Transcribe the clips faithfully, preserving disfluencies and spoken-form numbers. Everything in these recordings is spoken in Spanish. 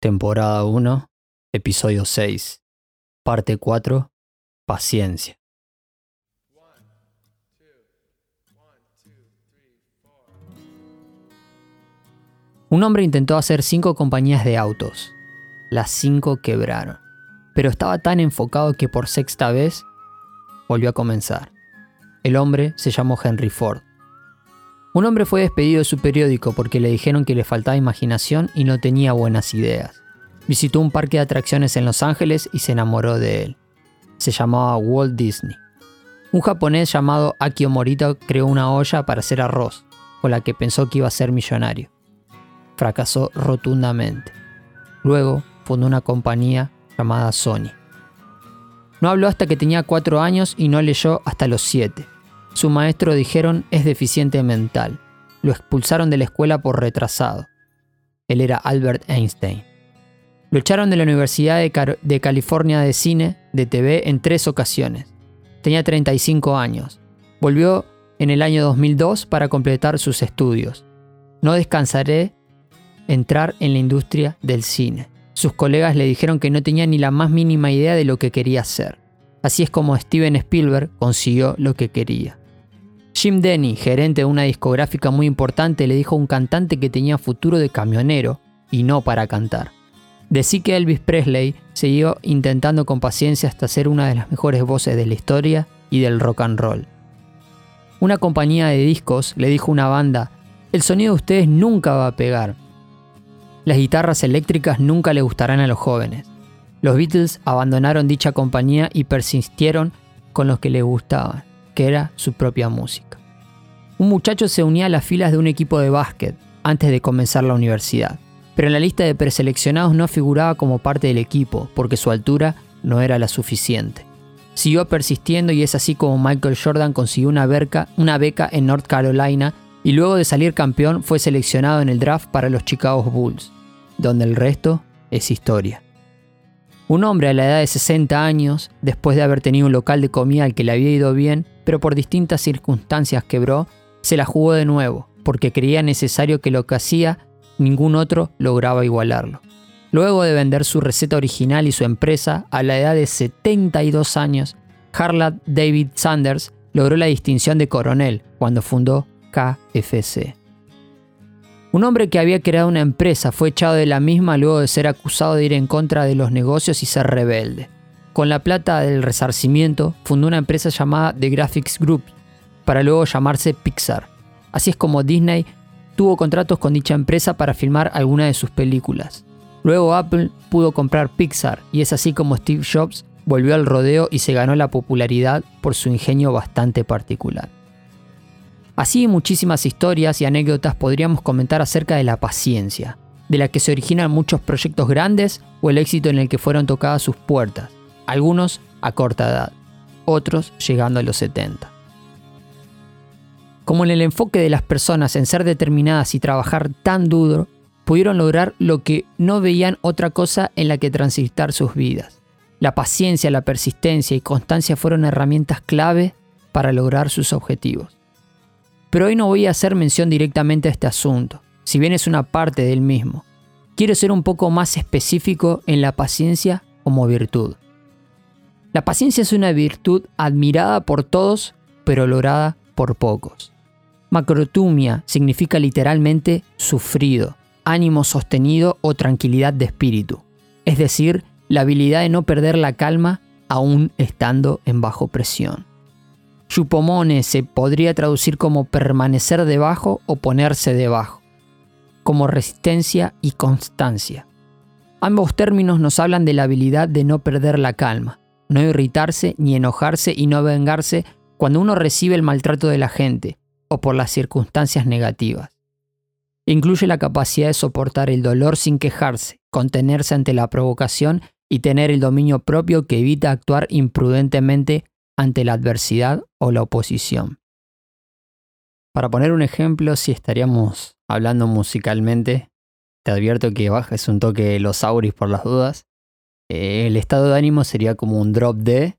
temporada uno, episodio seis, parte cuatro, paciencia. Un hombre intentó hacer cinco compañías de autos. Las cinco quebraron, pero estaba tan enfocado que por sexta vez volvió a comenzar. El hombre se llamó Henry Ford. Un hombre fue despedido de su periódico porque le dijeron que le faltaba imaginación y no tenía buenas ideas. Visitó un parque de atracciones en Los Ángeles y se enamoró de él. Se llamaba Walt Disney. Un japonés llamado Akio Morita creó una olla para hacer arroz, con la que pensó que iba a ser millonario. Fracasó rotundamente. Luego fundó una compañía llamada Sony. No habló hasta que tenía cuatro años y no leyó hasta los siete. Su maestro, dijeron, es deficiente mental. Lo expulsaron de la escuela por retrasado. Él era Albert Einstein. Lo echaron de la Universidad de, Car- de California de Cine, de T V, en tres ocasiones. Tenía treinta y cinco años. Volvió en el año dos mil dos para completar sus estudios. No descansaré entrar en la industria del cine. Sus colegas le dijeron que no tenía ni la más mínima idea de lo que quería hacer. Así es como Steven Spielberg consiguió lo que quería. Jim Denny, gerente de una discográfica muy importante, le dijo a un cantante que tenía futuro de camionero y no para cantar. Decí que Elvis Presley siguió intentando con paciencia hasta ser una de las mejores voces de la historia y del rock and roll. Una compañía de discos le dijo a una banda: el sonido de ustedes nunca va a pegar. Las guitarras eléctricas nunca le gustarán a los jóvenes. Los Beatles abandonaron dicha compañía y persistieron con los que les gustaban, que era su propia música. Un muchacho se unía a las filas de un equipo de básquet antes de comenzar la universidad, pero en la lista de preseleccionados no figuraba como parte del equipo porque su altura no era la suficiente. Siguió persistiendo y es así como Michael Jordan consiguió una beca, una beca en North Carolina y luego de salir campeón fue seleccionado en el draft para los Chicago Bulls, donde el resto es historia. Un hombre a la edad de sesenta años, después de haber tenido un local de comida al que le había ido bien, pero por distintas circunstancias quebró, se la jugó de nuevo, porque creía necesario que lo que hacía, ningún otro lograba igualarlo. Luego de vender su receta original y su empresa, a la edad de setenta y dos años, Harland David Sanders logró la distinción de coronel cuando fundó K F C. Un hombre que había creado una empresa fue echado de la misma luego de ser acusado de ir en contra de los negocios y ser rebelde. Con la plata del resarcimiento, fundó una empresa llamada The Graphics Group, para luego llamarse Pixar. Así es como Disney tuvo contratos con dicha empresa para filmar algunas de sus películas. Luego Apple pudo comprar Pixar y es así como Steve Jobs volvió al rodeo y se ganó la popularidad por su ingenio bastante particular. Así muchísimas historias y anécdotas podríamos comentar acerca de la paciencia, de la que se originan muchos proyectos grandes o el éxito en el que fueron tocadas sus puertas, algunos a corta edad, otros llegando a los setenta. Como en el enfoque de las personas en ser determinadas y trabajar tan duro, pudieron lograr lo que no veían otra cosa en la que transitar sus vidas. La paciencia, la persistencia y constancia fueron herramientas clave para lograr sus objetivos. Pero hoy no voy a hacer mención directamente a este asunto, si bien es una parte del mismo. Quiero ser un poco más específico en la paciencia como virtud. La paciencia es una virtud admirada por todos, pero lograda por pocos. Macrotumia significa literalmente sufrido, ánimo sostenido o tranquilidad de espíritu, es decir, la habilidad de no perder la calma aún estando en bajo presión. Yupomone se podría traducir como permanecer debajo o ponerse debajo, como resistencia y constancia. Ambos términos nos hablan de la habilidad de no perder la calma, no irritarse ni enojarse y no vengarse cuando uno recibe el maltrato de la gente o por las circunstancias negativas. Incluye la capacidad de soportar el dolor sin quejarse, contenerse ante la provocación y tener el dominio propio que evita actuar imprudentemente ante la adversidad o la oposición. Para poner un ejemplo, si estaríamos hablando musicalmente, te advierto que bajes un toque de los auris por las dudas. Eh, el estado de ánimo sería como un drop de...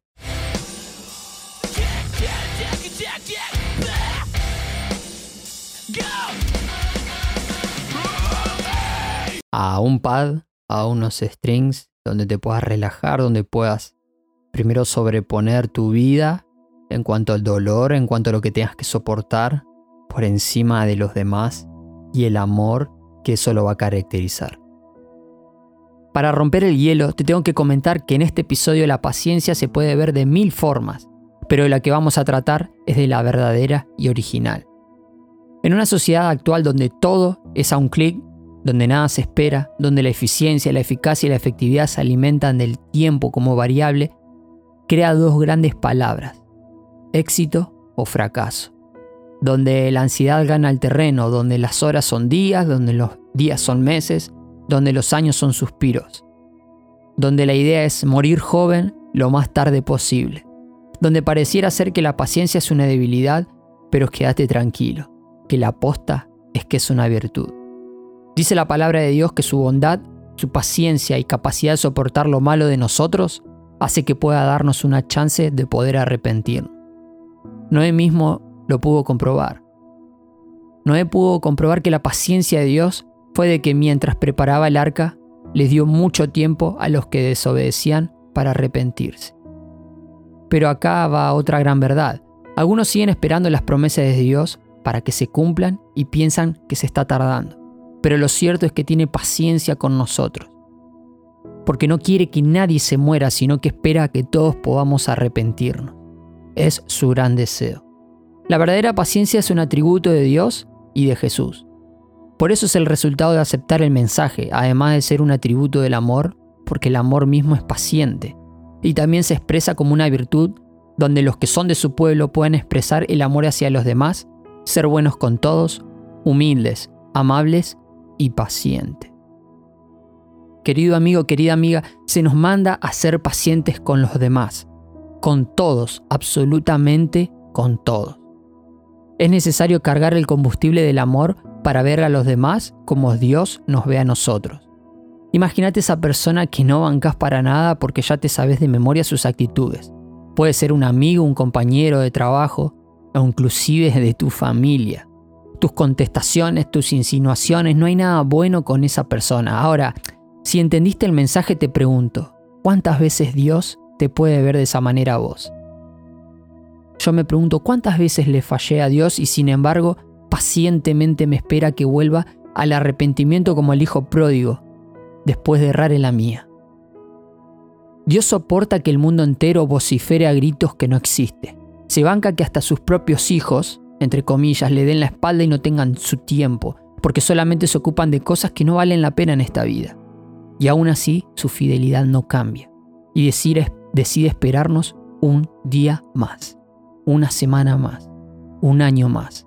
a un pad a unos strings donde te puedas relajar, donde puedas primero sobreponer tu vida en cuanto al dolor, en cuanto a lo que tengas que soportar por encima de los demás y el amor que eso lo va a caracterizar. Para romper el hielo, te tengo que comentar que en este episodio la paciencia se puede ver de mil formas, pero la que vamos a tratar es de la verdadera y original. En una sociedad actual donde todo es a un clic, donde nada se espera, donde la eficiencia, la eficacia y la efectividad se alimentan del tiempo como variable, crea dos grandes palabras: éxito o fracaso. Donde la ansiedad gana el terreno, donde las horas son días, donde los días son meses, donde los años son suspiros. Donde la idea es morir joven lo más tarde posible. Donde pareciera ser que la paciencia es una debilidad, pero quédate tranquilo, que la aposta es que es una virtud. Dice la palabra de Dios que su bondad, su paciencia y capacidad de soportar lo malo de nosotros hace que pueda darnos una chance de poder arrepentirnos. Noé mismo lo pudo comprobar. Noé pudo comprobar que la paciencia de Dios fue de que mientras preparaba el arca, les dio mucho tiempo a los que desobedecían para arrepentirse. Pero acá va otra gran verdad. Algunos siguen esperando las promesas de Dios para que se cumplan y piensan que se está tardando. Pero lo cierto es que tiene paciencia con nosotros. Porque no quiere que nadie se muera, sino que espera que todos podamos arrepentirnos. Es su gran deseo. La verdadera paciencia es un atributo de Dios y de Jesús. Por eso es el resultado de aceptar el mensaje, además de ser un atributo del amor, porque el amor mismo es paciente. Y también se expresa como una virtud donde los que son de su pueblo pueden expresar el amor hacia los demás, ser buenos con todos, humildes, amables y pacientes. Querido amigo, querida amiga, se nos manda a ser pacientes con los demás, con todos, absolutamente con todos. Es necesario cargar el combustible del amor para ver a los demás como Dios nos ve a nosotros. Imagínate esa persona que no bancas para nada porque ya te sabes de memoria sus actitudes. Puede ser un amigo, un compañero de trabajo o inclusive de tu familia. Tus contestaciones, tus insinuaciones, no hay nada bueno con esa persona. Ahora, si entendiste el mensaje, te pregunto, ¿cuántas veces Dios te puede ver de esa manera a vos? Yo me pregunto, ¿cuántas veces le fallé a Dios y sin embargo pacientemente me espera que vuelva al arrepentimiento como el hijo pródigo, después de errar en la mía? Dios soporta que el mundo entero vocifere a gritos que no existe. Se banca que hasta sus propios hijos, entre comillas, le den la espalda y no tengan su tiempo, porque solamente se ocupan de cosas que no valen la pena en esta vida. Y aún así, su fidelidad no cambia. Y decide, decide esperarnos un día más, una semana más, un año más.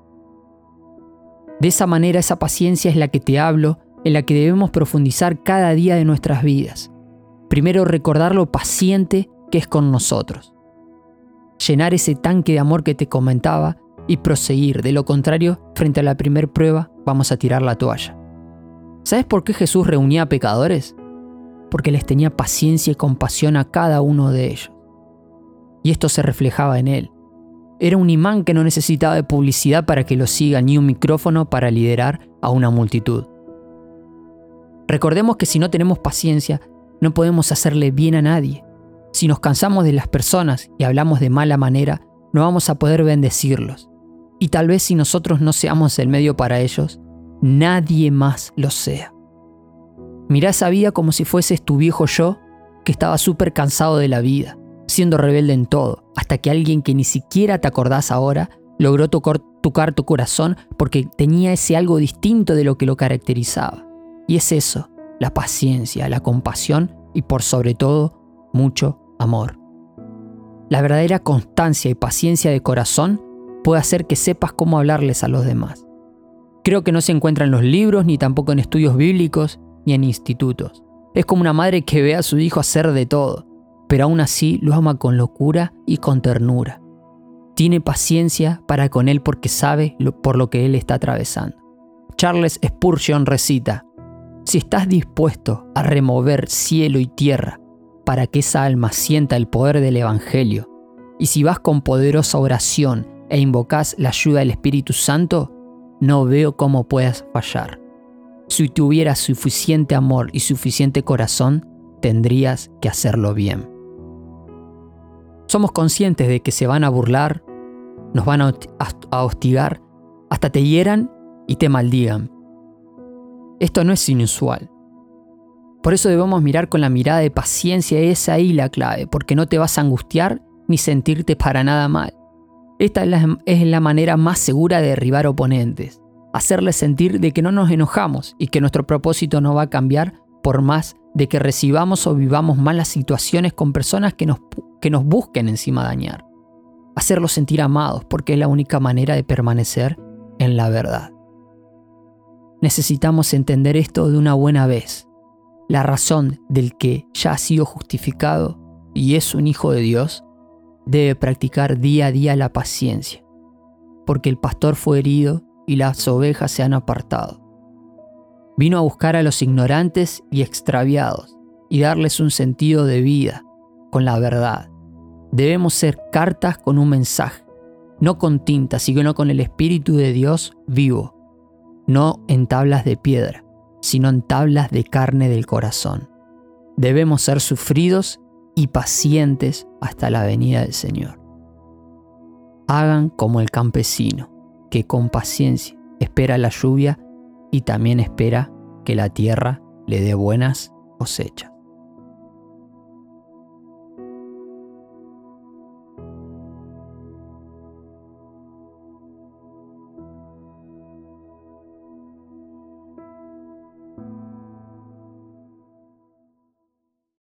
De esa manera, esa paciencia es la que te hablo, en la que debemos profundizar cada día de nuestras vidas. Primero, recordar lo paciente que es con nosotros. Llenar ese tanque de amor que te comentaba y proseguir. De lo contrario, frente a la primer prueba, vamos a tirar la toalla. ¿Sabes por qué Jesús reunía a pecadores? Porque les tenía paciencia y compasión a cada uno de ellos. Y esto se reflejaba en él. Era un imán que no necesitaba de publicidad para que lo siga, ni un micrófono para liderar a una multitud. Recordemos que si no tenemos paciencia, no podemos hacerle bien a nadie. Si nos cansamos de las personas y hablamos de mala manera, no vamos a poder bendecirlos. Y tal vez si nosotros no seamos el medio para ellos, nadie más lo sea. Mirá esa vida como si fueses tu viejo yo, que estaba súper cansado de la vida, siendo rebelde en todo, hasta que alguien que ni siquiera te acordás ahora logró tocar, tocar tu corazón porque tenía ese algo distinto de lo que lo caracterizaba. Y es eso, la paciencia, la compasión y por sobre todo, mucho amor. La verdadera constancia y paciencia de corazón puede hacer que sepas cómo hablarles a los demás. Creo que no se encuentra en los libros, ni tampoco en estudios bíblicos, ni en institutos. Es como una madre que ve a su hijo hacer de todo, pero aún así lo ama con locura y con ternura. Tiene paciencia para con él porque sabe lo, por lo que él está atravesando. Charles Spurgeon recita: si estás dispuesto a remover cielo y tierra para que esa alma sienta el poder del Evangelio, y si vas con poderosa oración e invocas la ayuda del Espíritu Santo, no veo cómo puedas fallar. Si tuvieras suficiente amor y suficiente corazón, tendrías que hacerlo bien. Somos conscientes de que se van a burlar, nos van a hostigar, hasta te hieran y te maldigan. Esto no es inusual. Por eso debemos mirar con la mirada de paciencia, es ahí la clave, porque no te vas a angustiar ni sentirte para nada mal. Esta es la, es la manera más segura de derribar oponentes, hacerles sentir de que no nos enojamos y que nuestro propósito no va a cambiar por más de que recibamos o vivamos malas situaciones con personas que nos, que nos busquen encima dañar. Hacerlos sentir amados, porque es la única manera de permanecer en la verdad. Necesitamos entender esto de una buena vez. La razón del que ya ha sido justificado y es un hijo de Dios debe practicar día a día la paciencia, porque el pastor fue herido y las ovejas se han apartado. Vino a buscar a los ignorantes y extraviados y darles un sentido de vida con la verdad. Debemos ser cartas con un mensaje, no con tinta, sino con el Espíritu de Dios vivo, no en tablas de piedra, sino en tablas de carne del corazón. Debemos ser sufridos y pacientes hasta la venida del Señor. Hagan como el campesino, que con paciencia espera la lluvia y también espera que la tierra le dé buenas cosechas.